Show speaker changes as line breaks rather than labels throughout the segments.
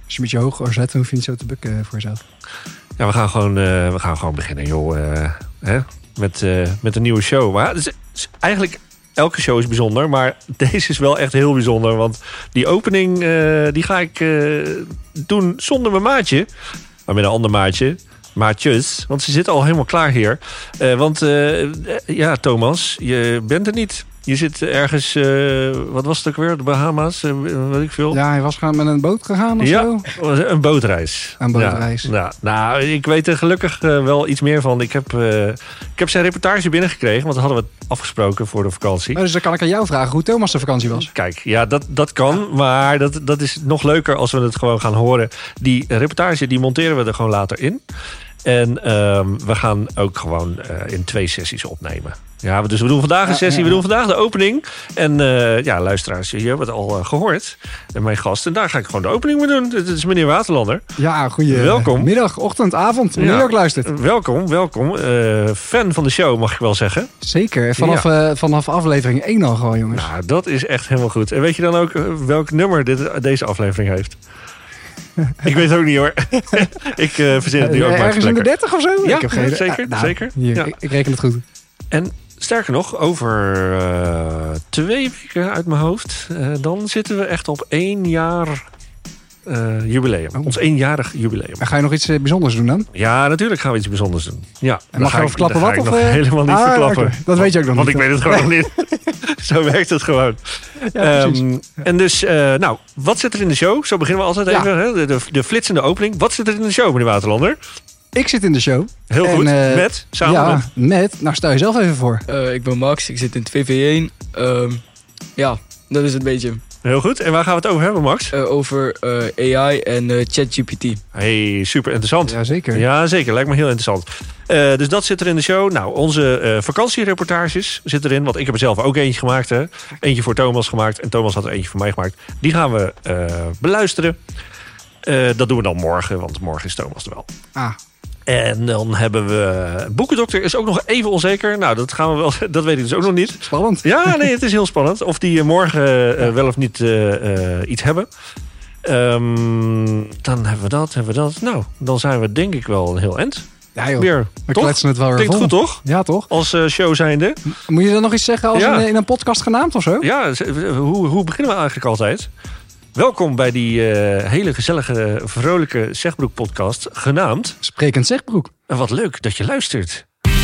Als je met je hoog zet, dan hoef je niet zo te bukken voor jezelf.
Ja, we gaan gewoon beginnen, joh. Met een nieuwe show. Maar eigenlijk elke show is bijzonder, maar deze is wel echt heel bijzonder. Want die opening die ga ik doen zonder mijn maatje. Maar met een ander maatjes. Want ze zitten al helemaal klaar hier. Thomas, je bent er niet. Je zit ergens, wat was het ook weer? De Bahama's, weet ik veel.
Ja, hij was met een boot gegaan of zo?
Ja, een bootreis.
Een bootreis.
Ja. Nou, ik weet er gelukkig wel iets meer van. Ik heb zijn reportage binnengekregen, want dat hadden we afgesproken voor de vakantie.
Dus dan kan ik aan jou vragen hoe Thomas de vakantie was.
Kijk, ja, dat kan, maar dat is nog leuker als we het gewoon gaan horen. Die reportage, die monteren we er gewoon later in. En we gaan ook gewoon in 2 sessies opnemen. Ja, dus we doen vandaag een sessie, we doen vandaag de opening. En luisteraars, je hebt het al gehoord. En mijn gast, en daar ga ik gewoon de opening mee doen. Dit is meneer Waterlander.
Ja,
welkom.
Middag, ochtend, avond, hoe je ook luistert.
Welkom. Fan van de show, mag ik wel zeggen.
Zeker, vanaf aflevering 1 al gewoon, jongens.
Nou, dat is echt helemaal goed. En weet je dan ook welk nummer deze aflevering heeft? Ik weet het ook niet, hoor. Ik verzin het nu ook maar
ergens in de 30 of zo?
Ja,
ik heb geen...
zeker.
Hier,
ja.
Ik reken het goed.
En sterker nog, over 2 weken uit mijn hoofd, dan zitten we echt op 1 jaar jubileum. Ons 1-jarig jubileum.
En ga je nog iets bijzonders doen dan?
Ja, natuurlijk gaan we iets bijzonders doen. Ja,
en mag je al verklappen wat?
Of nog helemaal niet verklappen.
Okay. Dat weet je ook nog
niet.
Want
ik weet het gewoon nog niet. Zo werkt het gewoon.
Ja,
en dus, wat zit er in de show? Zo beginnen we altijd even. Hè? De flitsende opening. Wat zit er in de show, meneer Waterlander?
Ik zit in de show.
Heel goed.
Met. Nou, stel jezelf even voor.
Ik ben Max. Ik zit in 2V1. Dat is het beetje.
Heel goed. En waar gaan we het over hebben, Max?
Over AI en ChatGPT.
Hey, super interessant.
Jazeker.
Ja, zeker. Lijkt me heel interessant. Dus dat zit er in de show. Nou, onze vakantiereportages zitten erin. Want ik heb er zelf ook eentje gemaakt. Hè. Eentje voor Thomas gemaakt. En Thomas had er eentje voor mij gemaakt. Die gaan we beluisteren. Dat doen we dan morgen. Want morgen is Thomas er wel. En dan hebben we... Boekendokter is ook nog even onzeker. Nou, dat gaan we wel. Dat weet ik dus ook nog niet.
Spannend.
Ja, nee, het is heel spannend. Of die morgen wel of niet iets hebben. Dan hebben we dat. Nou, dan zijn we denk ik wel een heel eind.
Ja joh,
weer,
we kletsen het wel weer
klinkt
vol.
goed, toch?
Ja, toch?
Als show zijnde.
Moet je dan nog iets zeggen als in een podcast genaamd of zo?
Ja, hoe beginnen we eigenlijk altijd? Welkom bij die hele gezellige, vrolijke Zegbroek-podcast, genaamd...
Sprekend Zegbroek.
En wat leuk dat je luistert.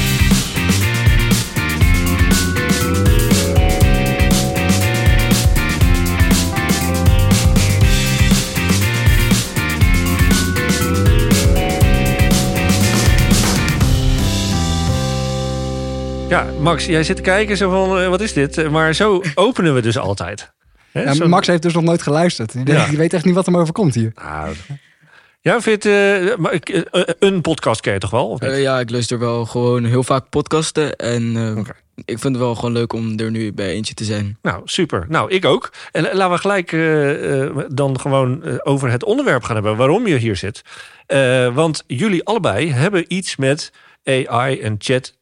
Ja, Max, jij zit te kijken zo van, wat is dit? Maar zo openen we dus altijd.
Ja, Max heeft dus nog nooit geluisterd. Die weet echt niet wat hem overkomt hier.
Ja, vind een podcast ken je toch wel? Of niet?
Ja, ik luister wel gewoon heel vaak podcasten. En ik vind het wel gewoon leuk om er nu bij eentje te zijn.
Nou, super. Nou, ik ook. En laten we gelijk dan gewoon over het onderwerp gaan hebben. Waarom je hier zit. Want jullie allebei hebben iets met... AI en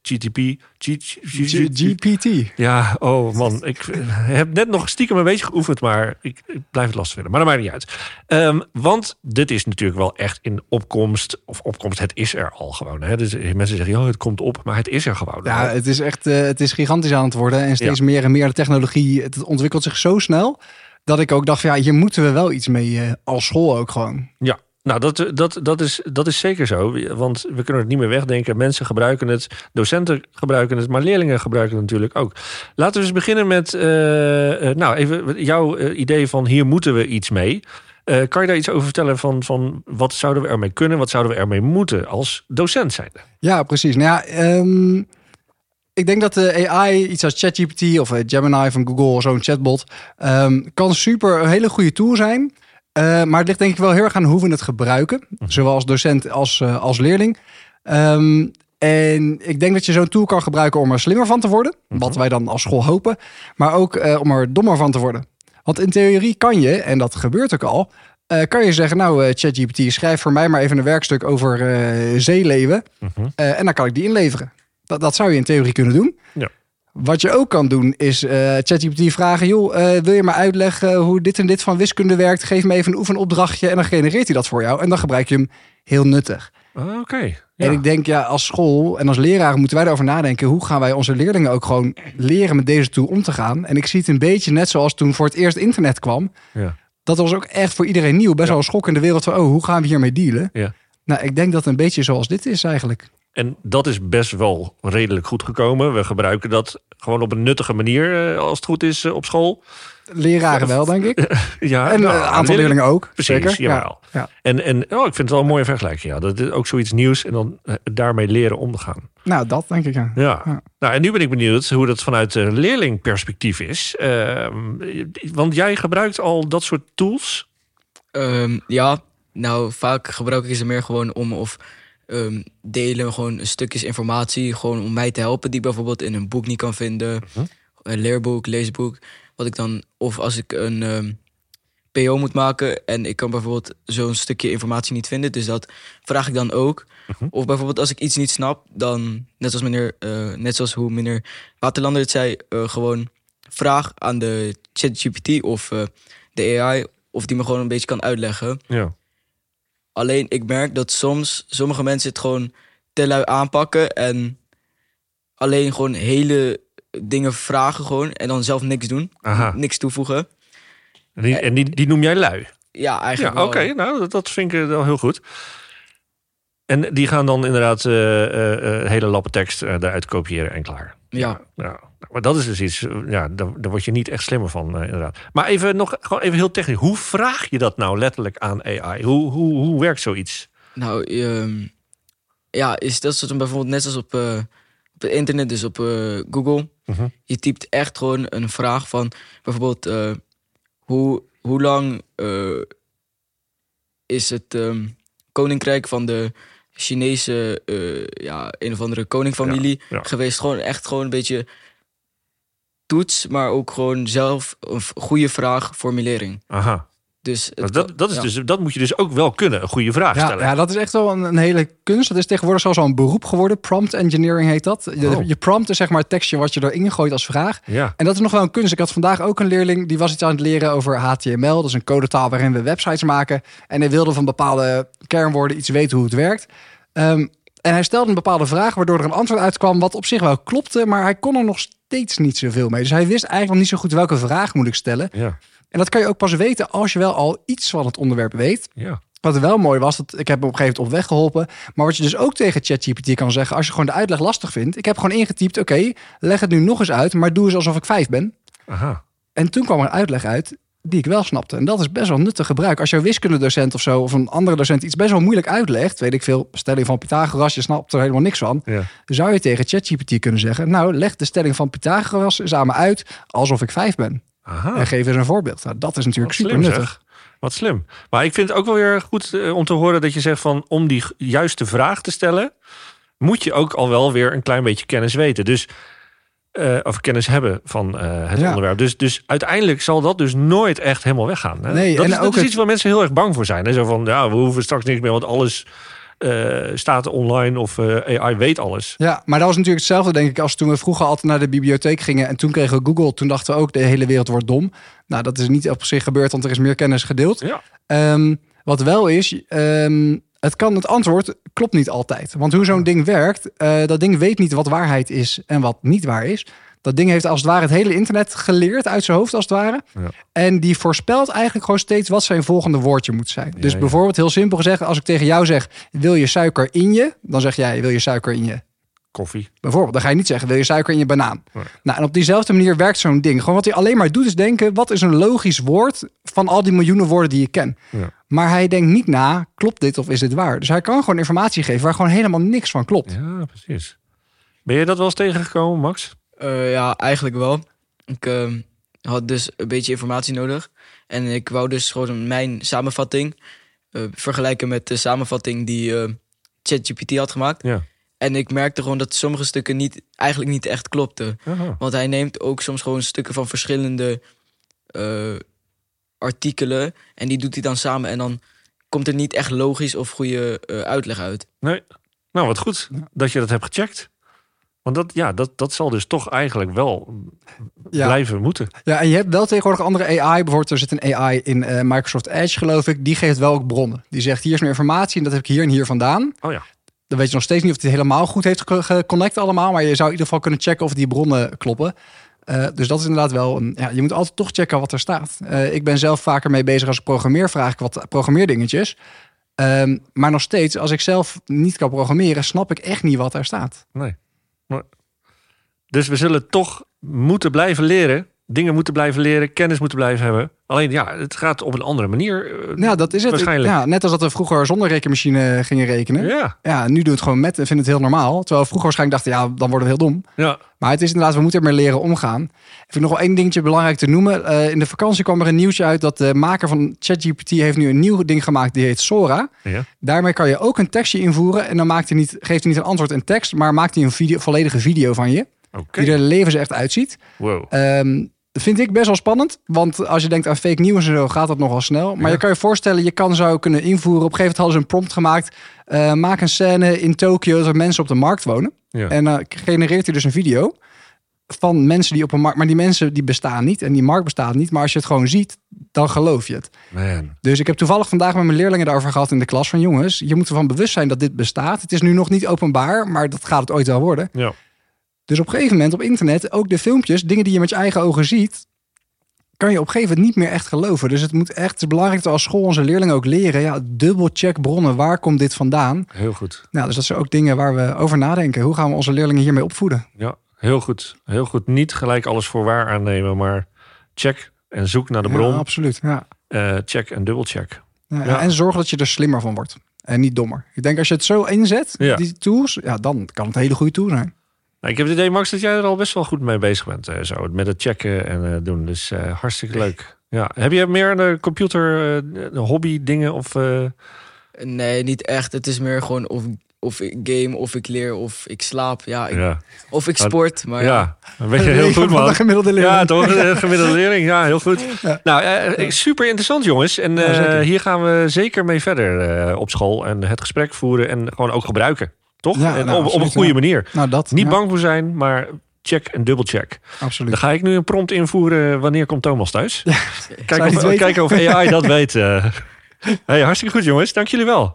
GPT.
Ja, oh man. Ik heb net nog stiekem een beetje geoefend, maar ik blijf het lastig vinden. Maar dat maakt niet uit. Want dit is natuurlijk wel echt in opkomst. Of opkomst, het is er al gewoon. Hè? Dus mensen zeggen, het komt op, maar het is er gewoon.
Ja, het is echt het is gigantisch aan het worden. En steeds meer en meer de technologie. Het ontwikkelt zich zo snel, dat ik ook dacht van hier moeten we wel iets mee als school ook gewoon. Ja.
Nou, dat is zeker zo. Want we kunnen het niet meer wegdenken. Mensen gebruiken het, docenten gebruiken het, maar leerlingen gebruiken het natuurlijk ook. Laten we eens beginnen met even jouw idee van hier moeten we iets mee. Kan je daar iets over vertellen van wat zouden we ermee kunnen, wat zouden we ermee moeten als docent zijn?
Ja, precies. Nou ja, ik denk dat de AI, iets als ChatGPT of Gemini van Google, zo'n chatbot, kan super een hele goede tool zijn. Maar het ligt denk ik wel heel erg aan hoe we het gebruiken. Zowel als docent als leerling. En ik denk dat je zo'n tool kan gebruiken om er slimmer van te worden. Wat wij dan als school hopen. Maar ook om er dommer van te worden. Want in theorie kan je, en dat gebeurt ook al... kan je zeggen, nou ChatGPT, schrijf voor mij maar even een werkstuk over zeeleeuwen. En dan kan ik die inleveren. Dat zou je in theorie kunnen doen. Ja. Wat je ook kan doen is ChatGPT vragen... joh, wil je maar uitleggen hoe dit en dit van wiskunde werkt? Geef me even een oefenopdrachtje en dan genereert hij dat voor jou. En dan gebruik je hem heel nuttig.
Oké. Ja.
En ik denk, als school en als leraar moeten wij erover nadenken... hoe gaan wij onze leerlingen ook gewoon leren met deze tool om te gaan? En ik zie het een beetje net zoals toen voor het eerst internet kwam.
Ja.
Dat was ook echt voor iedereen nieuw. Best wel een schok in de wereld van, hoe gaan we hiermee dealen?
Ja.
Nou, ik denk dat het een beetje zoals dit is eigenlijk.
En dat is best wel redelijk goed gekomen. We gebruiken dat gewoon op een nuttige manier, als het goed is, op school.
Leraren wel, denk ik.
Ja,
En een aantal leerlingen ook.
Precies,
zeker.
jawel.
Ja.
En ik vind het wel een mooie vergelijking. Ja. Dat is ook zoiets nieuws en dan daarmee leren om te gaan.
Nou, dat denk ik, ja.
Ja. Nou, en nu ben ik benieuwd hoe dat vanuit leerlingperspectief is. Want jij gebruikt al dat soort tools?
Ja, nou vaak gebruik ik ze meer gewoon om delen gewoon stukjes informatie, gewoon om mij te helpen die ik bijvoorbeeld in een boek niet kan vinden, een leerboek, leesboek, wat ik dan, of als ik een PO moet maken en ik kan bijvoorbeeld zo'n stukje informatie niet vinden, dus dat vraag ik dan ook. Of bijvoorbeeld als ik iets niet snap, dan net zoals hoe meneer Waterlander het zei, gewoon vraag aan de ChatGPT of de AI of die me gewoon een beetje kan uitleggen.
Ja.
Alleen ik merk dat soms sommige mensen het gewoon te lui aanpakken en alleen gewoon hele dingen vragen gewoon en dan zelf niks doen, niks toevoegen.
En die noem jij lui?
Ja, eigenlijk
Ja, oké. Nou, dat vind ik wel heel goed. En die gaan dan inderdaad hele lappen tekst eruit kopiëren en klaar.
Ja.
Maar dat is dus iets, daar word je niet echt slimmer van, inderdaad. Maar gewoon even heel technisch. Hoe vraag je dat nou letterlijk aan AI? Hoe werkt zoiets?
Nou, is dat soort bijvoorbeeld net als op het internet, dus op Google. Je typt echt gewoon een vraag van bijvoorbeeld hoe lang is het koninkrijk van de Chinese een of andere koningfamilie geweest. Gewoon echt gewoon een beetje toets, maar ook gewoon zelf een goede vraag, formulering.
Aha.
Dus
dat moet je dus ook wel kunnen, een goede vraag stellen.
Ja, dat is echt wel een hele kunst. Dat is tegenwoordig zelfs al een beroep geworden. Prompt engineering heet dat. Je prompt is zeg maar het tekstje wat je erin gooit als vraag.
Ja.
En dat is nog wel een kunst. Ik had vandaag ook een leerling, die was iets aan het leren over HTML. Dat is een codetaal waarin we websites maken. En hij wilde van bepaalde kernwoorden iets weten hoe het werkt. En hij stelde een bepaalde vraag, waardoor er een antwoord uitkwam wat op zich wel klopte, maar hij kon er nog steeds niet zoveel mee. Dus hij wist eigenlijk nog niet zo goed welke vraag moet ik stellen.
Ja.
En dat kan je ook pas weten als je wel al iets van het onderwerp weet.
Ja.
Wat wel mooi was, dat ik heb hem op een gegeven moment op weg geholpen. Maar wat je dus ook tegen ChatGPT kan zeggen, als je gewoon de uitleg lastig vindt. Ik heb gewoon ingetypt, oké, leg het nu nog eens uit, maar doe eens alsof ik 5 ben.
Aha.
En toen kwam er een uitleg uit die ik wel snapte. En dat is best wel nuttig gebruik. Als jouw wiskundedocent of zo, of een andere docent iets best wel moeilijk uitlegt, weet ik veel, stelling van Pythagoras, je snapt er helemaal niks van.
Ja.
Zou je tegen ChatGPT kunnen zeggen, nou, leg de stelling van Pythagoras eens aan me uit alsof ik 5 ben.
Aha.
En geef eens een voorbeeld. Nou, dat is natuurlijk super nuttig.
Wat slim. Maar ik vind het ook wel weer goed om te horen dat je zegt van, om die juiste vraag te stellen, moet je ook al wel weer een klein beetje kennis weten. Dus of kennis hebben van het onderwerp. Dus uiteindelijk zal dat dus nooit echt helemaal weggaan. Hè?
Nee,
dat is iets waar mensen heel erg bang voor zijn. Hè? Zo van, we hoeven straks niks meer, want alles staat online of AI weet alles.
Ja, maar dat was natuurlijk hetzelfde, denk ik, als toen we vroeger altijd naar de bibliotheek gingen en toen kregen we Google. Toen dachten we ook, de hele wereld wordt dom. Nou, dat is niet op zich gebeurd, want er is meer kennis gedeeld.
Ja.
Wat wel is, het antwoord klopt niet altijd. Want hoe zo'n ding werkt, dat ding weet niet wat waarheid is en wat niet waar is. Dat ding heeft als het ware het hele internet geleerd uit zijn hoofd als het ware. Ja. En die voorspelt eigenlijk gewoon steeds wat zijn volgende woordje moet zijn. Dus bijvoorbeeld heel simpel gezegd, als ik tegen jou zeg, wil je suiker in je? Dan zeg jij, wil je suiker in je
koffie?
Bijvoorbeeld, dan ga je niet zeggen, wil je suiker in je banaan?
Nee.
Nou, en op diezelfde manier werkt zo'n ding. Gewoon wat hij alleen maar doet is denken, wat is een logisch woord van al die miljoenen woorden die je kent? Ja. Maar hij denkt niet na, klopt dit of is dit waar? Dus hij kan gewoon informatie geven waar gewoon helemaal niks van klopt.
Ja, precies. Ben je dat wel eens tegengekomen, Max?
Ja, eigenlijk wel. Ik had dus een beetje informatie nodig. En ik wou dus gewoon mijn samenvatting vergelijken met de samenvatting die ChatGPT had gemaakt. Ja. En ik merkte gewoon dat sommige stukken eigenlijk niet echt klopten. Aha. Want hij neemt ook soms gewoon stukken van verschillende artikelen. En die doet hij dan samen. En dan komt er niet echt logisch of goede uitleg uit.
Nee. Nou, wat goed dat je dat hebt gecheckt. Want dat zal dus toch eigenlijk wel blijven moeten.
Ja, en je hebt wel tegenwoordig andere AI. Bijvoorbeeld, er zit een AI in Microsoft Edge, geloof ik. Die geeft wel ook bronnen. Die zegt, hier is meer informatie en dat heb ik hier en hier vandaan.
Oh ja.
Dan weet je nog steeds niet of het helemaal goed heeft geconnect allemaal. Maar je zou in ieder geval kunnen checken of die bronnen kloppen. Dus dat is inderdaad wel je moet altijd toch checken wat er staat. Ik ben zelf vaker mee bezig als ik programmeer. Vraag ik wat programmeerdingetjes. Maar nog steeds, als ik zelf niet kan programmeren, snap ik echt niet wat daar staat.
Nee. Dus we zullen toch moeten blijven leren. Dingen moeten blijven leren. Kennis moeten blijven hebben. Alleen het gaat op een andere manier.
Dat is het.
Waarschijnlijk.
Ja, net als dat we vroeger zonder rekenmachine gingen rekenen. Ja, nu doen we het gewoon met en vinden het heel normaal. Terwijl we vroeger waarschijnlijk dachten, dan worden we heel dom.
Ja.
Maar het is inderdaad, we moeten ermee leren omgaan. Ik vind nog wel één dingetje belangrijk te noemen. In de vakantie kwam er een nieuwtje uit dat de maker van ChatGPT heeft nu een nieuw ding gemaakt. Die heet Sora. Ja. Daarmee kan je ook een tekstje invoeren. En dan geeft hij niet een antwoord in tekst, maar maakt hij een volledige video van je.
Okay.
Die er levens echt uitziet.
Wow.
Dat vind ik best wel spannend. Want als je denkt aan fake nieuws en zo, gaat dat nogal snel. Maar je kan je voorstellen, je zou kunnen invoeren. Op een gegeven moment hadden ze een prompt gemaakt. Maak een scène in Tokio dat er mensen op de markt wonen. Ja. En dan genereert hij dus een video van mensen die op een markt... Maar die mensen die bestaan niet en die markt bestaat niet. Maar als je het gewoon ziet, dan geloof je het.
Man.
Dus ik heb toevallig vandaag met mijn leerlingen daarover gehad in de klas. Van jongens, je moet ervan bewust zijn dat dit bestaat. Het is nu nog niet openbaar, maar dat gaat het ooit wel worden.
Ja.
Dus op een gegeven moment op internet, ook de filmpjes, dingen die je met je eigen ogen ziet, kan je op een gegeven moment niet meer echt geloven. Dus het is belangrijk dat als school onze leerlingen ook leren, dubbelcheck bronnen, waar komt dit vandaan?
Heel goed.
Nou, dus dat zijn ook dingen waar we over nadenken. Hoe gaan we onze leerlingen hiermee opvoeden?
Ja, heel goed. Heel goed. Niet gelijk alles voor waar aannemen, maar check en zoek naar de bron.
Ja, absoluut. Ja.
Check en dubbelcheck.
Ja. En zorg dat je er slimmer van wordt. En niet dommer. Ik denk als je het zo inzet, die tools, dan kan het een hele goede tool zijn.
Nou, ik heb het idee, Max, dat jij er al best wel goed mee bezig bent. Zo, met het checken en doen. Dus hartstikke leuk. Ja. Heb je meer een computer hobby dingen? Of,
Nee, niet echt. Het is meer gewoon of ik game, of ik leer, of ik slaap. Of ik sport. Maar
een beetje heel goed, man.
Een gemiddelde leerling.
Ja, toch? Een gemiddelde leerling. Ja, heel goed. Ja. Nou, super interessant, jongens. En hier gaan we zeker mee verder op school. En het gesprek voeren en gewoon ook gebruiken. Toch?
Ja,
op een goede manier.
Nou,
niet bang voor zijn, maar check en dubbelcheck.
Absoluut.
Dan ga ik nu een prompt invoeren. Wanneer komt Thomas thuis?
Ja,
kijken of AI dat weet. Hey, hartstikke goed, jongens. Dank jullie wel.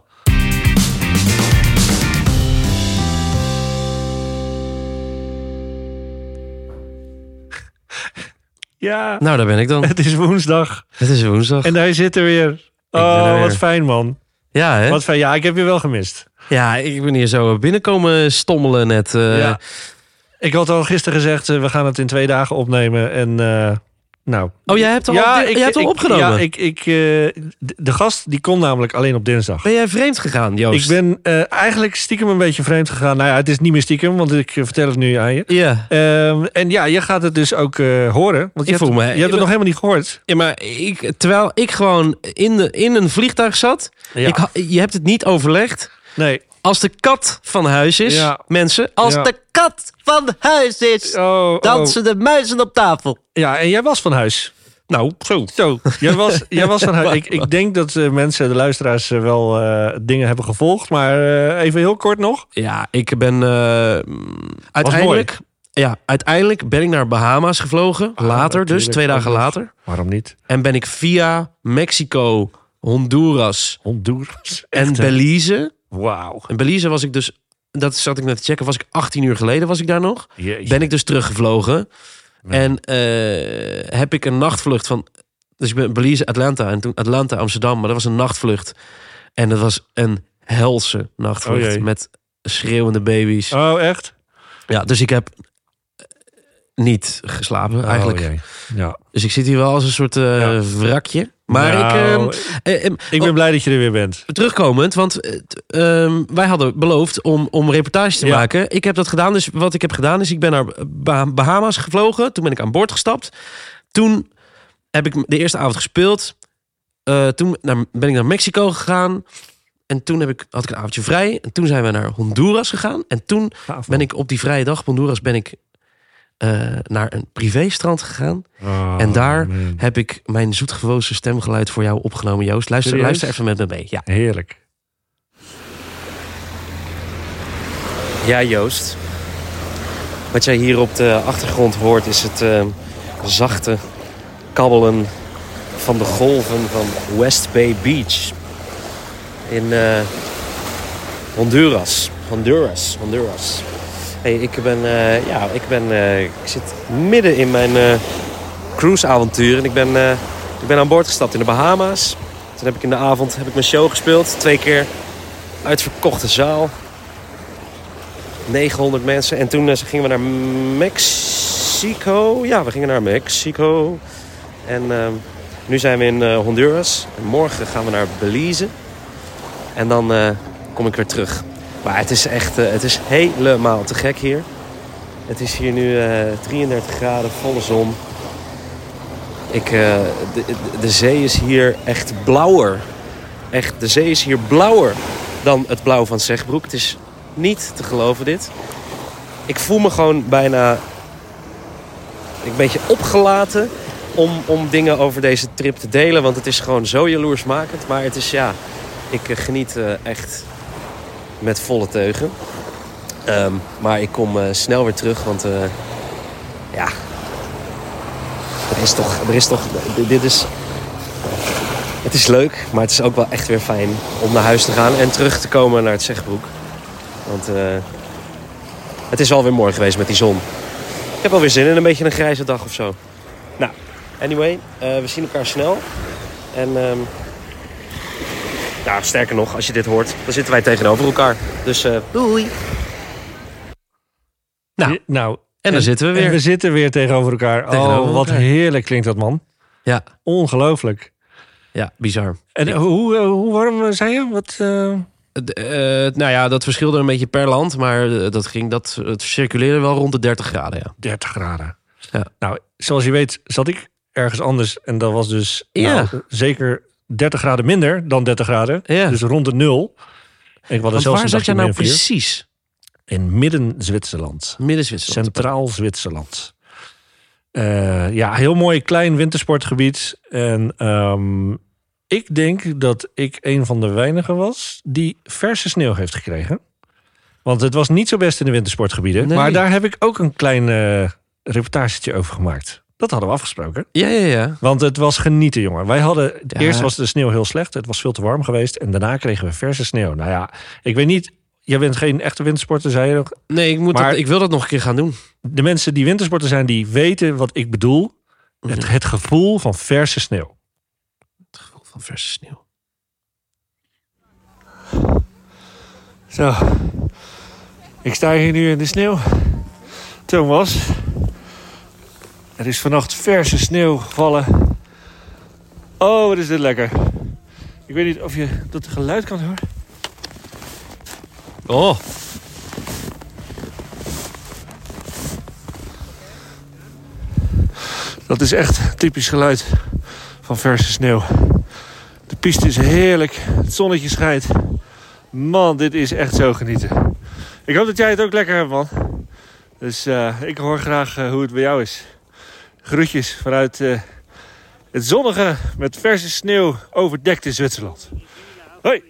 Ja.
Nou, daar ben ik dan.
Het is woensdag. En hij zit er weer. Wat fijn, man.
Ja, hè?
Wat fijn. Ja, ik heb je wel gemist.
Ja, ik ben hier zo binnenkomen stommelen net.
Ja. Ik had al gisteren gezegd, we gaan het in 2 dagen opnemen. En nou...
Oh, jij hebt al opgenomen?
Ja, de gast die kon namelijk alleen op dinsdag.
Ben jij vreemd gegaan, Joost?
Ik ben eigenlijk stiekem een beetje vreemd gegaan. Nou ja, het is niet meer stiekem, want ik vertel het nu aan je.
Ja.
En ja, je gaat het dus ook horen. Want je hebt het nog helemaal niet gehoord.
Ja, maar terwijl ik gewoon in een vliegtuig zat. Ja. Je hebt het niet overlegd.
Nee.
Als de kat van huis is, mensen. Als de kat van huis is, dansen de muizen op tafel.
Ja, en jij was van huis.
Nou, zo.
Jij was van huis. Ik denk dat mensen, de luisteraars, wel dingen hebben gevolgd. Maar even heel kort nog.
Ja, ik ben uiteindelijk ben ik naar Bahama's gevlogen. Later, dus 2 dagen later.
Waarom niet?
En ben ik via Mexico, Honduras en Belize.
Wauw.
En Belize was ik dus, dat zat ik net te checken, was ik 18 uur geleden was ik daar nog.
Jeetje.
Ben ik dus teruggevlogen. Nee. En heb ik een nachtvlucht van, dus ik ben Belize, Atlanta en toen Atlanta, Amsterdam. Maar dat was een nachtvlucht. En dat was een helse nachtvlucht met schreeuwende baby's.
Oh, echt?
Ja, dus ik heb niet geslapen eigenlijk.
Ja.
Dus ik zit hier wel als een soort wrakje. Maar
ik ben blij dat je er weer bent.
Terugkomend, want wij hadden beloofd om reportages te maken. Ik heb dat gedaan. Dus wat ik heb gedaan is, ik ben naar Bahama's gevlogen. Toen ben ik aan boord gestapt. Toen heb ik de eerste avond gespeeld. Toen ben ik naar Mexico gegaan. En toen had ik een avondje vrij. En toen zijn we naar Honduras gegaan. En toen ben ik op die vrije dag op Honduras naar een privéstrand gegaan. En daar heb ik mijn zoetgewozen stemgeluid voor jou opgenomen, Joost. Luister even met me mee. Ja.
Heerlijk.
Ja, Joost. Wat jij hier op de achtergrond hoort is het zachte kabbelen van de golven van West Bay Beach. In Honduras. Hey, ik zit midden in mijn cruiseavontuur. En ik ben aan boord gestapt in de Bahama's. Toen heb ik in de avond mijn show gespeeld. 2 keer uitverkochte zaal. 900 mensen. En toen gingen we naar Mexico. Ja, we gingen naar Mexico. En nu zijn we in Honduras. En morgen gaan we naar Belize. En dan kom ik weer terug. Maar het is echt het is helemaal te gek hier. Het is hier nu 33 graden, volle zon. De zee is hier echt blauwer. Echt, de zee is hier blauwer dan het blauw van Zegbroek. Het is niet te geloven dit. Ik voel me gewoon bijna een beetje opgelaten om dingen over deze trip te delen. Want het is gewoon zo jaloersmakend. Maar het is ik geniet echt met volle teugen. Maar ik kom snel weer terug, want het is leuk, maar het is ook wel echt weer fijn om naar huis te gaan en terug te komen naar het Zegbroek. Want het is alweer mooi geweest met die zon. Ik heb alweer zin in een beetje een grijze dag of zo. Nou, anyway, we zien elkaar snel. En sterker nog, als je dit hoort, dan zitten wij tegenover elkaar. Dus doei!
Nou,
en dan zitten we weer.
En we zitten weer tegenover elkaar.
Tegenover
wat
elkaar.
heerlijk klinkt dat, man.
Ja.
Ongelooflijk.
Ja, bizar.
En hoe warm zei je?
Dat verschilde een beetje per land, maar het circuleerde wel rond de 30 graden, ja.
30 graden.
Ja.
Nou, zoals je weet zat ik ergens anders en dat was dus zeker 30 graden minder dan 30 graden.
Ja.
Dus rond de 0.
Waar zat jij nou precies?
In Midden-Zwitserland.
Midden-Zwitserland.
Centraal Zwitserland. Heel mooi klein wintersportgebied. En ik denk dat ik een van de weinigen was die verse sneeuw heeft gekregen. Want het was niet zo best in de wintersportgebieden.
Nee.
Maar daar heb ik ook een klein reportagetje over gemaakt. Dat hadden we afgesproken.
Ja.
Want het was genieten, jongen. Wij hadden... Eerst was de sneeuw heel slecht. Het was veel te warm geweest. En daarna kregen we verse sneeuw. Nou ja, ik weet niet... Jij bent geen echte wintersporter, zei je nog?
Nee, ik wil dat nog een keer gaan doen.
De mensen die wintersporter zijn, die weten wat ik bedoel. Het gevoel van verse sneeuw.
Het gevoel van verse sneeuw.
Zo. Ik sta hier nu in de sneeuw. Thomas. Er is vannacht verse sneeuw gevallen. Oh, wat is dit lekker. Ik weet niet of je dat geluid kan horen.
Oh.
Dat is echt typisch geluid van verse sneeuw. De piste is heerlijk. Het zonnetje schijnt. Man, dit is echt zo genieten. Ik hoop dat jij het ook lekker hebt, man. Dus ik hoor graag hoe het bij jou is. Groetjes vanuit het zonnige met verse sneeuw overdekte Zwitserland. Hoi!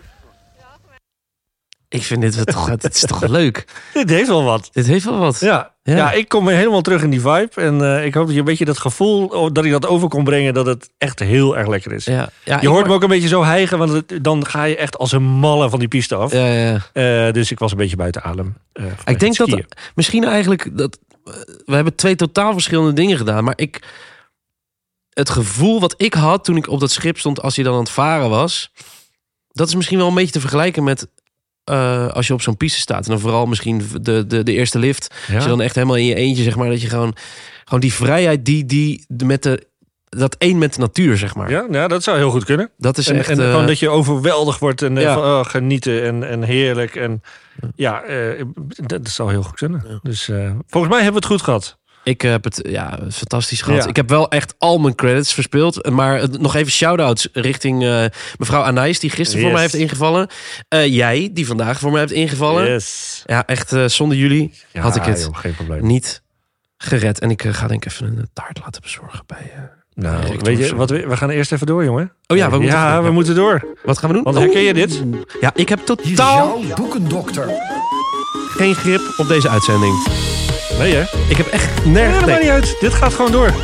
Ik vind dit is toch leuk.
Dit heeft wel wat.
Dit heeft wel wat.
Ja, ik kom helemaal terug in die vibe. En ik hoop dat je een beetje dat gevoel, dat ik dat over kon brengen, dat het echt heel erg lekker is.
Ja,
je hoort me ook een beetje zo hijgen, want dan ga je echt als een malle van die piste af.
Ja.
Dus ik was een beetje buiten adem.
Ik denk dat misschien eigenlijk... we hebben 2 totaal verschillende dingen gedaan. Maar het gevoel wat ik had toen ik op dat schip stond, als hij dan aan het varen was, dat is misschien wel een beetje te vergelijken met als je op zo'n piste staat. En dan vooral misschien de eerste lift.
Ja.
Als je dan echt helemaal in je eentje, zeg maar, dat je gewoon die vrijheid dat één met de natuur, zeg maar.
Ja, dat zou heel goed kunnen.
Dat is
en,
echt...
en gewoon dat je overweldigd wordt en genieten en heerlijk. En dat zou heel goed kunnen. Ja. Dus volgens mij hebben we het goed gehad.
Ik heb het fantastisch gehad.
Ja.
Ik heb wel echt al mijn credits verspeeld. Maar nog even shout-outs richting mevrouw Anijs, die gisteren voor mij heeft ingevallen. Jij, die vandaag voor mij hebt ingevallen.
Yes.
Ja, echt zonder jullie had ik het
geen probleem.
niet gered. En ik ga denk ik even een taart laten bezorgen bij...
weet je wat we gaan eerst even door, jongen.
Oh ja,
we moeten door.
Wat gaan we doen?
Want herken je dit?
Ja, ik heb totaal...
Jouw boekendokter.
geen grip op deze uitzending.
Nee, hè?
Ik heb echt
Nee,
nergens...
dat maakt niet uit. Dit gaat gewoon door.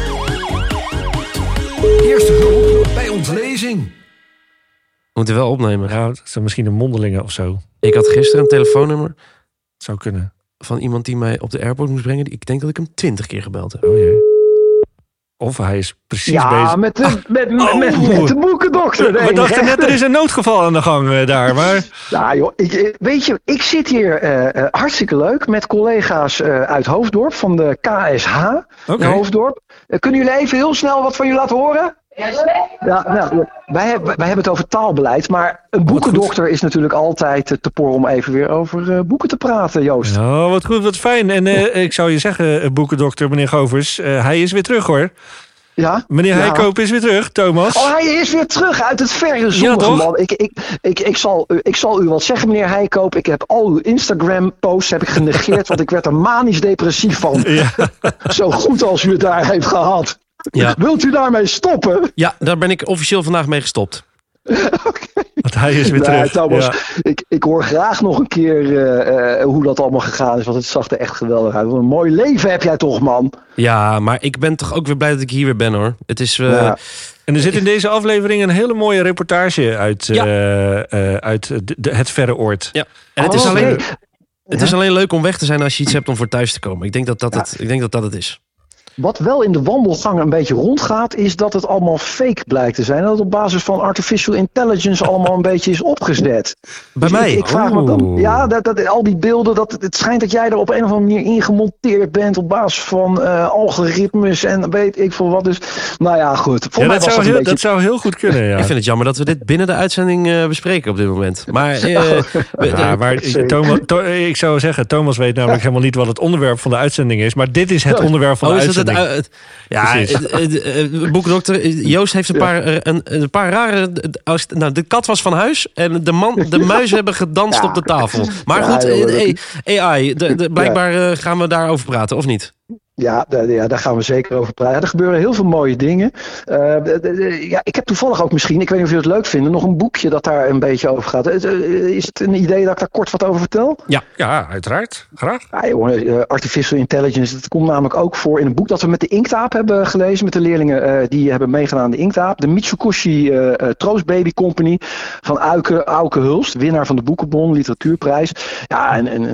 Eerste hulp bij ontlezing.
We moeten wel opnemen.
Ja, het is misschien een mondelinge of zo.
Ik had gisteren een telefoonnummer
Het zou kunnen.
van iemand die mij op de airport moest brengen. Ik denk dat ik hem 20 keer gebeld heb.
Oh jee. Of hij is precies bezig.
met de boekendokter.
We dachten net, er is een noodgeval aan de gang daar. Maar
Ja, joh, weet je, ik zit hier hartstikke leuk met collega's uit Hoofddorp van de KSH
Oké.
in Hoofddorp. Kunnen jullie even heel snel wat van jullie laten horen? Ja, nou, wij hebben het over taalbeleid, maar een boekendokter is natuurlijk altijd te por om even weer over boeken te praten, Joost.
oh, wat goed, wat fijn. En ik zou je zeggen, boekendokter, meneer Govers, hij is weer terug hoor.
Ja?
Meneer
Ja.
Heikoop is weer terug, Thomas.
Oh, hij is weer terug uit het verre zonnige
toch?
man. Ik zal u wat zeggen, meneer Heikoop. Ik heb al uw Instagram-posts genegeerd, want ik werd er manisch depressief van.
Ja.
Zo goed als u het daar heeft gehad.
Ja.
Wilt u daarmee stoppen?
Ja, daar ben ik officieel vandaag mee gestopt.
Want hij is weer
Nee,
terug.
Thomas,
Ja.
ik hoor graag nog een keer hoe dat allemaal gegaan is. Want het zag er echt geweldig uit. Wat een mooi leven heb jij toch, man.
Ja, maar ik ben toch ook weer blij dat ik hier weer ben, hoor. Het is...
Ja.
En er zit in deze aflevering een hele mooie reportage uit, uit het verre oord.
Ja. En het is,
Oh,
alleen,
oké.
het is alleen leuk om weg te zijn als je iets hebt om voor thuis te komen. Ik denk dat dat het is.
Wat wel in de wandelgangen een beetje rondgaat, is dat het allemaal fake blijkt te zijn. Dat het op basis van artificial intelligence allemaal een beetje is opgezet.
Bij
Dus
mij?
Ik vraag me dan, ja, al die beelden, het schijnt dat jij er op een of andere manier ingemonteerd bent op basis van algoritmes en weet ik veel wat. Dus, nou ja, goed. Voor mij was
Dat zou heel goed kunnen, ja.
Ik vind het jammer dat we dit binnen de uitzending bespreken op dit moment. Maar,
Ja, maar ik zou zeggen, Thomas weet namelijk helemaal niet wat het onderwerp van de uitzending is. Maar dit is het onderwerp van de
is
uitzending.
Boekdokter Joost heeft een paar rare... Nou, de kat was van huis en de muizen hebben gedanst op de tafel. Maar goed, AI, blijkbaar gaan we daarover praten, of niet?
Ja, daar gaan we zeker over praten. Ja, er gebeuren heel veel mooie dingen. Ik heb toevallig ook misschien, ik weet niet of jullie het leuk vinden, nog een boekje dat daar een beetje over gaat. Is het een idee dat ik daar kort wat over vertel?
Ja, uiteraard. Graag.
Ja, jongen, artificial intelligence, dat komt namelijk ook voor in een boek dat we met de Inktaap hebben gelezen. Met de leerlingen die hebben meegedaan aan de Inktaap. De Mitsukoshi Troost Baby Company van Auke Hulst, winnaar van de Boekenbon, literatuurprijs. Ja,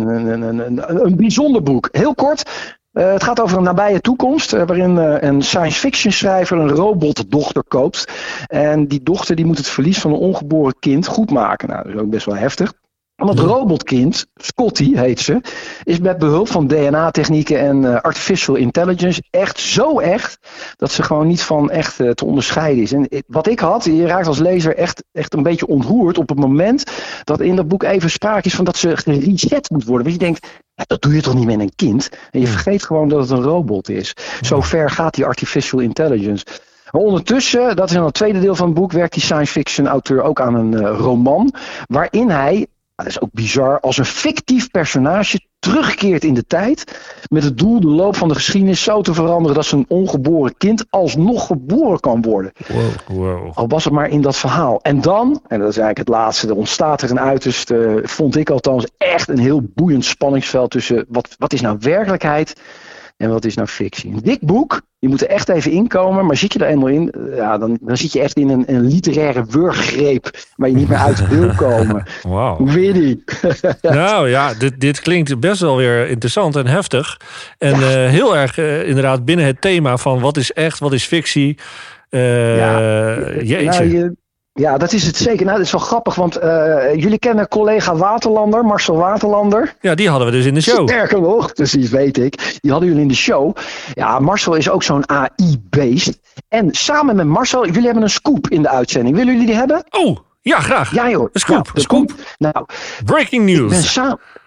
een bijzonder boek. Heel kort. Het gaat over een nabije toekomst waarin een science fiction schrijver een robotdochter koopt. En die dochter die moet het verlies van een ongeboren kind goedmaken. Nou, dat is ook best wel heftig. En dat robotkind, Scotty heet ze, is met behulp van DNA-technieken en artificial intelligence echt zo echt dat ze gewoon niet van echt te onderscheiden is. En wat ik had, je raakt als lezer echt een beetje ontroerd op het moment dat in dat boek even sprake is van dat ze gereset moet worden. Want je denkt, ja, dat doe je toch niet met een kind? En je vergeet gewoon dat het een robot is. Zo ver gaat die artificial intelligence. Maar ondertussen, dat is in het tweede deel van het boek, werkt die science fiction auteur ook aan een roman waarin hij, dat is ook bizar, als een fictief personage terugkeert in de tijd met het doel de loop van de geschiedenis zo te veranderen dat zijn ongeboren kind alsnog geboren kan worden.
Wow.
Al was het maar in dat verhaal. En dan, en dat is eigenlijk het laatste, er ontstaat er een uiterst, vond ik althans, echt een heel boeiend spanningsveld tussen wat is nou werkelijkheid en wat is nou fictie. Een dik boek, je moet er echt even inkomen, maar zit je er eenmaal in, ja, dan zit je echt in een literaire wurggreep waar je niet meer uit wil komen.
Wauw.
Hoe vind je die?
Nou ja, dit klinkt best wel weer interessant en heftig. En heel erg inderdaad binnen het thema van wat is echt, wat is fictie. Jeetje.
Ja, dat is het zeker. Nou, dat is wel grappig, want jullie kennen collega Waterlander, Marcel Waterlander.
Ja, die hadden we dus in de show.
Sterker nog, precies, weet ik. Die hadden jullie in de show. Ja, Marcel is ook zo'n AI-beest. En samen met Marcel, jullie hebben een scoop in de uitzending. Willen jullie die hebben?
Oh, ja, graag.
Ja joh.
Een scoop.
Ja,
Een scoop.
Nou,
Breaking news.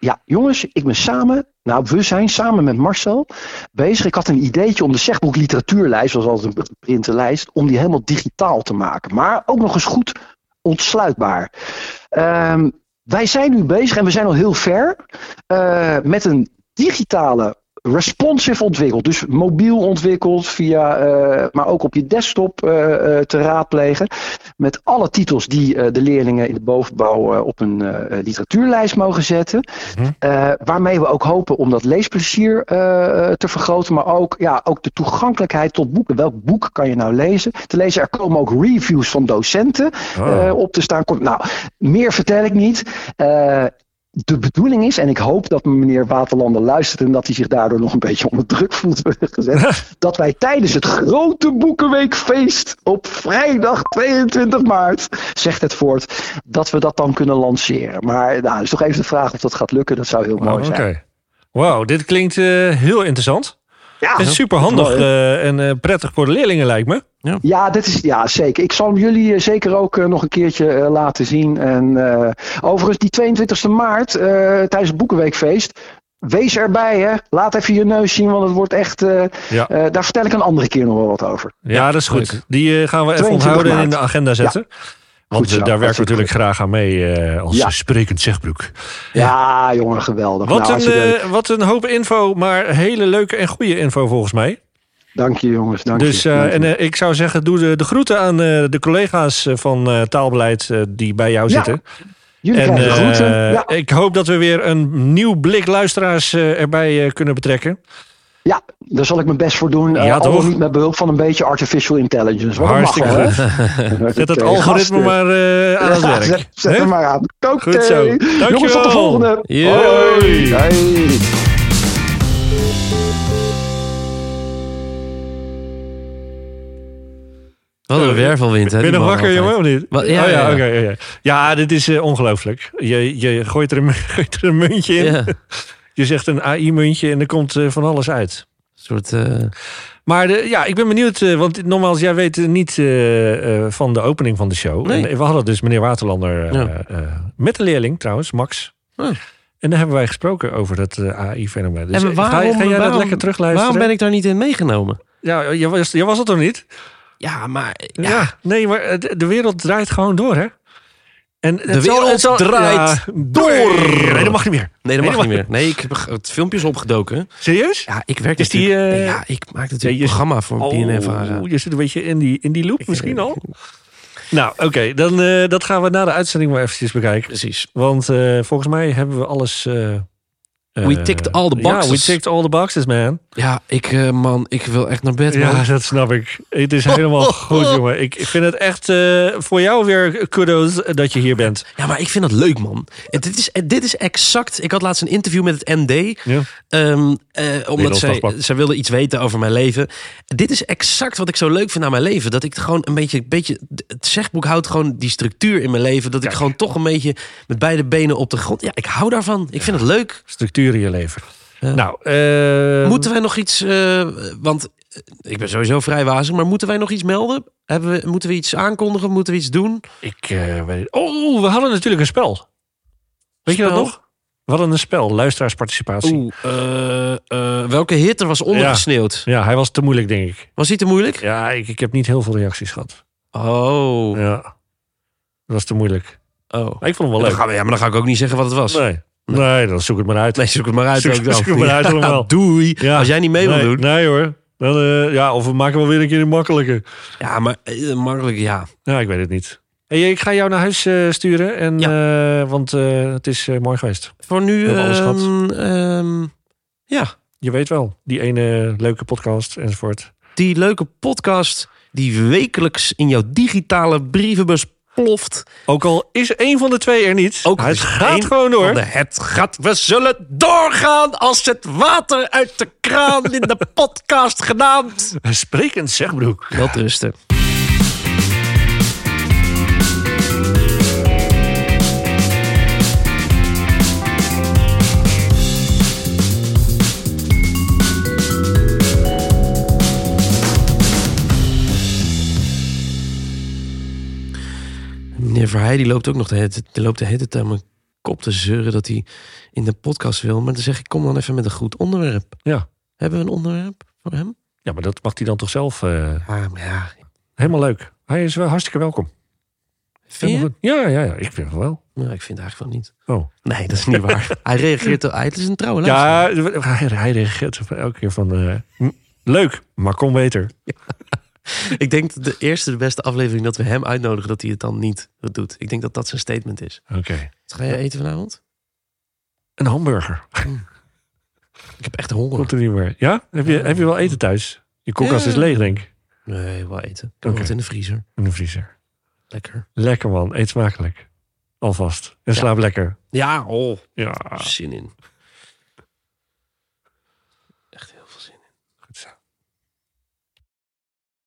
We zijn samen met Marcel bezig. Ik had een ideetje om de Zegboek literatuurlijst, zoals altijd een geprinte lijst, om die helemaal digitaal te maken. Maar ook nog eens goed ontsluitbaar. Wij zijn nu bezig en we zijn al heel ver met een digitale responsive ontwikkeld. Dus mobiel ontwikkeld, maar ook op je desktop te raadplegen. Met alle titels die de leerlingen in de bovenbouw op een literatuurlijst mogen zetten. Waarmee we ook hopen om dat leesplezier te vergroten. Maar ook de toegankelijkheid tot boeken. Welk boek kan je nou lezen? Te lezen, er komen ook reviews van docenten op te staan. Nou, meer vertel ik niet. De bedoeling is, en ik hoop dat meneer Waterlander luistert en dat hij zich daardoor nog een beetje onder druk voelt gezet, dat wij tijdens het grote Boekenweekfeest op vrijdag 22 maart, zegt het voort, dat we dat dan kunnen lanceren. Maar nou, is toch even de vraag of dat gaat lukken. Dat zou heel mooi zijn.
Wauw, dit klinkt heel interessant.
Ja,
het is super handig en prettig voor de leerlingen, lijkt me.
Ja, zeker. Ik zal hem jullie zeker ook nog een keertje laten zien. En overigens, die 22e maart, tijdens het Boekenweekfeest, wees erbij, hè. Laat even je neus zien, want het wordt echt... daar vertel ik een andere keer nog wel wat over.
Ja, dat is goed. Die gaan we even onthouden en in de agenda zetten. Ja. Want daar werken we natuurlijk graag aan mee als sprekend zegboek.
Ja, jongen, geweldig.
Wat een hoop info, maar hele leuke en goede info volgens mij.
Dank je, jongens. Dank
je. En ik zou zeggen, doe de groeten aan de collega's van taalbeleid die bij jou zitten.
Jullie krijgen de groeten. Ja.
Ik hoop dat we weer een nieuw blik luisteraars erbij kunnen betrekken.
Ja, daar zal ik mijn best voor doen. Al niet met behulp van een beetje artificial intelligence.
Hartstikke goed. Zet het algoritme maar aan het werk.
Zet hem maar aan.
Goed zo. Dankjewel.
Jongens, tot de volgende.
Hoi.
Wat een wervelwind, hè?
Ben je nog wakker, jongen, of niet?
Ja.
Okay. Ja, dit is ongelooflijk. Je gooit er een muntje in. Ja. Je zegt een AI-muntje en er komt van alles uit. Maar ik ben benieuwd, want nogmaals, jij weet niet van de opening van de show. Nee. En we hadden dus meneer Waterlander met een leerling trouwens, Max. En daar hebben wij gesproken over dat AI-fenomeen. Dus ga jij dat lekker terugluisteren?
Waarom ben ik daar niet in meegenomen?
Ja, jij was het toch niet?
Ja, maar...
Nee, maar de wereld draait gewoon door, hè? En
de wereld draait door.
Nee, dat mag niet meer.
Nee, dat mag niet meer. Nee, ik heb het filmpjes opgedoken.
Serieus?
Ja, ik werk natuurlijk... ik maak natuurlijk een programma voor BNNVARA.
Je zit een beetje in die loop misschien al? Nou, oké. Dan dat gaan we na de uitzending maar eventjes bekijken.
Precies.
Want volgens mij hebben we alles...
we ticked all the boxes.
Ja, we ticked all the boxes, man.
Ja, ik wil echt naar bed, man.
Ja, dat snap ik. Het is helemaal goed, jongen. Ik vind het echt voor jou weer kudos dat je hier bent.
Ja, maar ik vind het leuk, man. Dit is exact... Ik had laatst een interview met het MD. Ja. Omdat zij wilde iets weten over mijn leven. Dit is exact wat ik zo leuk vind aan mijn leven. Dat ik gewoon een beetje... Het zegboek houdt gewoon die structuur in mijn leven. Dat ik gewoon toch een beetje met beide benen op de grond... Ja, ik hou daarvan. Ik vind het leuk.
Structuur in je leven. Nou,
moeten wij nog iets... want ik ben sowieso vrij wazig, maar moeten wij nog iets melden? Moeten we iets aankondigen? Moeten we iets doen?
Ik weet het. Oh, we hadden natuurlijk een spel. Weet je dat nog? We hadden een spel, luisteraarsparticipatie.
Welke hit er was ondergesneeuwd?
Ja, hij was te moeilijk, denk ik.
Was hij te moeilijk?
Ja, ik heb niet heel veel reacties gehad.
Oh.
Ja, dat was te moeilijk.
Oh.
Maar ik vond hem wel leuk.
Maar dan ga ik ook niet zeggen wat het was.
Nee, dan zoek het maar uit.
Nee, zoek het maar uit.
Zoek het maar uit allemaal.
Doei. Ja. Als jij niet mee wil doen.
Nee hoor. Dan, of we maken wel weer een keer een makkelijke.
Ja, maar makkelijk, ja.
Ja, ik weet het niet. Hey, ik ga jou naar huis sturen. Want het is mooi geweest.
Voor nu...
We hebben alles gehad.
Ja.
Je weet wel. Die ene leuke podcast enzovoort.
Die leuke podcast die wekelijks in jouw digitale brievenbus ploft.
Ook al is één van de twee er niet. Het gaat gewoon door.
We zullen doorgaan als het water uit de kraan in de podcast genaamd.
Sprekend zegbroek.
Welterusten. Meneer Verheij, die loopt ook nog de hele tijd aan mijn kop te zeuren dat hij in de podcast wil. Maar dan zeg ik, kom dan even met een goed onderwerp.
Ja.
Hebben we een onderwerp voor hem?
Ja, maar dat mag hij dan toch zelf...
Maar ja.
Helemaal leuk. Hij is wel hartstikke welkom.
Vind je?
Ja, ik vind het wel.
Nou, ik vind het eigenlijk van niet.
Oh.
Nee, dat is niet waar. Hij reageert... Het is een trouwe
Ja,
luisteraar.
hij reageert elke keer van... leuk, maar kom beter.
Ik denk dat de beste aflevering dat we hem uitnodigen... dat hij het dan niet doet. Ik denk dat dat zijn statement is.
Oké.
Wat ga je eten vanavond?
Een hamburger.
Ik heb echt honger.
Komt er niet meer. Ja? Heb je wel eten thuis? Je koelkast is leeg, denk ik.
Nee, wel eten. Ik heb
Oké.
wat in de vriezer.
In de vriezer.
Lekker.
Lekker man, eet smakelijk. Alvast. En slaap lekker.
Ja,
Ja.
zin in. Echt heel veel zin in.